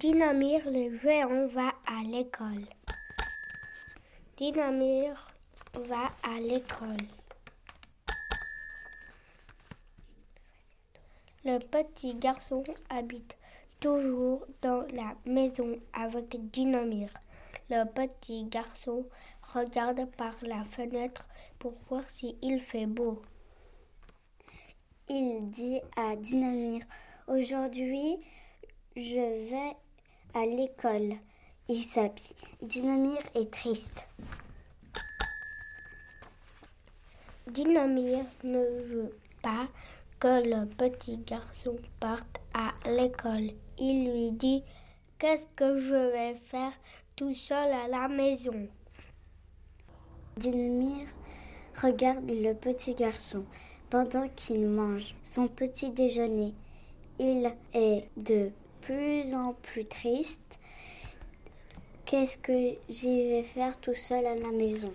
Dinamir le géant va à l'école. Dinamir va à l'école. Le petit garçon habite toujours dans la maison avec Dinamir. Le petit garçon regarde par la fenêtre pour voir s'il fait beau. Il dit à Dinamir, « Aujourd'hui, je vais à l'école. » Il s'habille. Dinamir est triste. Dinamir ne veut pas que le petit garçon parte à l'école. Il lui dit « Qu'est-ce que je vais faire tout seul à la maison ?» Dinamir regarde le petit garçon pendant qu'il mange son petit déjeuner. Il est de plus en plus triste. Qu'est-ce que j'y vais faire tout seul à la maison?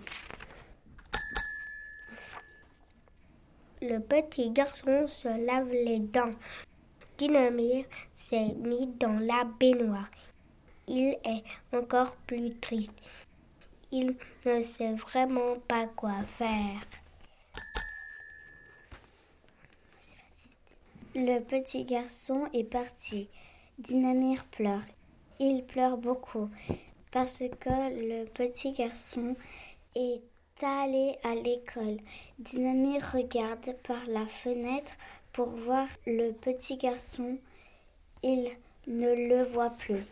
Le petit garçon se lave les dents. Dinamir s'est mis dans la baignoire. Il est encore plus triste. Il ne sait vraiment pas quoi faire. Le petit garçon est parti. Dinamir pleure. Il pleure beaucoup parce que le petit garçon est allé à l'école. Dinamir regarde par la fenêtre pour voir le petit garçon. Il ne le voit plus.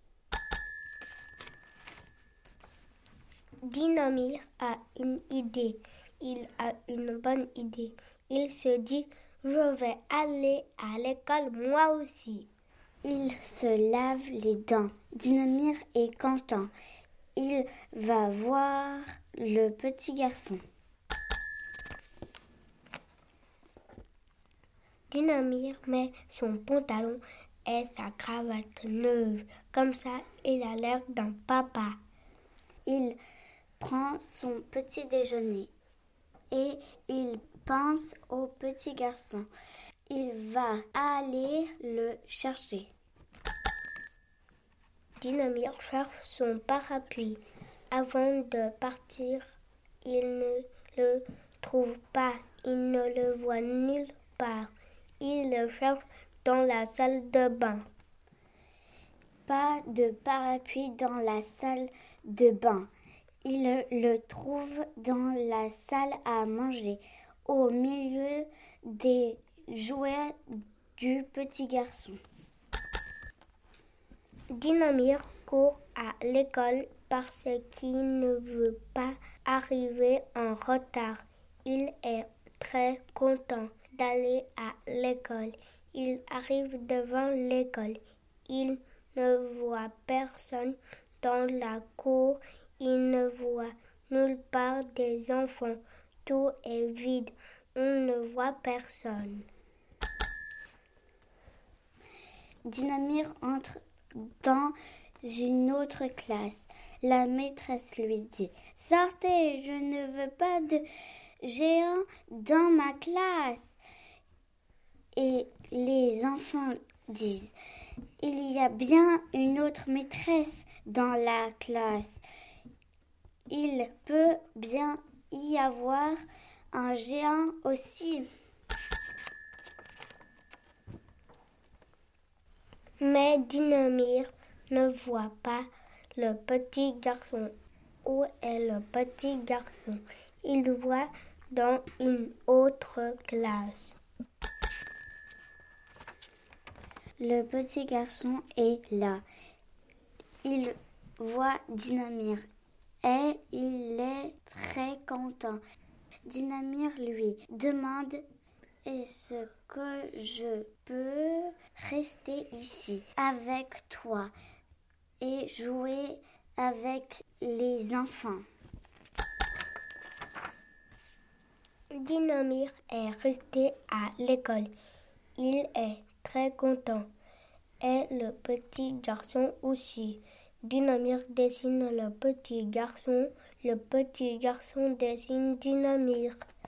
Dinamir a une idée. Il a une bonne idée. Il se dit « Je vais aller à l'école moi aussi ». Il se lave les dents. Dinamir est content. Il va voir le petit garçon. Dinamir met son pantalon et sa cravate neuve. Comme ça, il a l'air d'un papa. Il prend son petit déjeuner et il pense au petit garçon. Il va aller le chercher. Dinamir cherche son parapluie. Avant de partir, il ne le trouve pas. Il ne le voit nulle part. Il le cherche dans la salle de bain. Pas de parapluie dans la salle de bain. Il le trouve dans la salle à manger, au milieu des jouets du petit garçon. Dinamir court à l'école parce qu'il ne veut pas arriver en retard. Il est très content d'aller à l'école. Il arrive devant l'école. Il ne voit personne dans la cour. Il ne voit nulle part des enfants. Tout est vide. On ne voit personne. Dinamir entre dans une autre classe. La maîtresse lui dit « Sortez, je ne veux pas de géants dans ma classe !» Et les enfants disent « Il y a bien une autre maîtresse dans la classe. Il peut bien y avoir un géant aussi. » Mais Dinamir ne voit pas le petit garçon. Où est le petit garçon? Il le voit dans une autre classe. Le petit garçon est là. Il voit Dinamir et il est très content. Dinamir lui demande « Est-ce que je peux rester ici avec toi et jouer avec les enfants ?» Dinamir est resté à l'école. Il est très content. Et le petit garçon aussi. Dinamir dessine le petit garçon dessine Dinamir.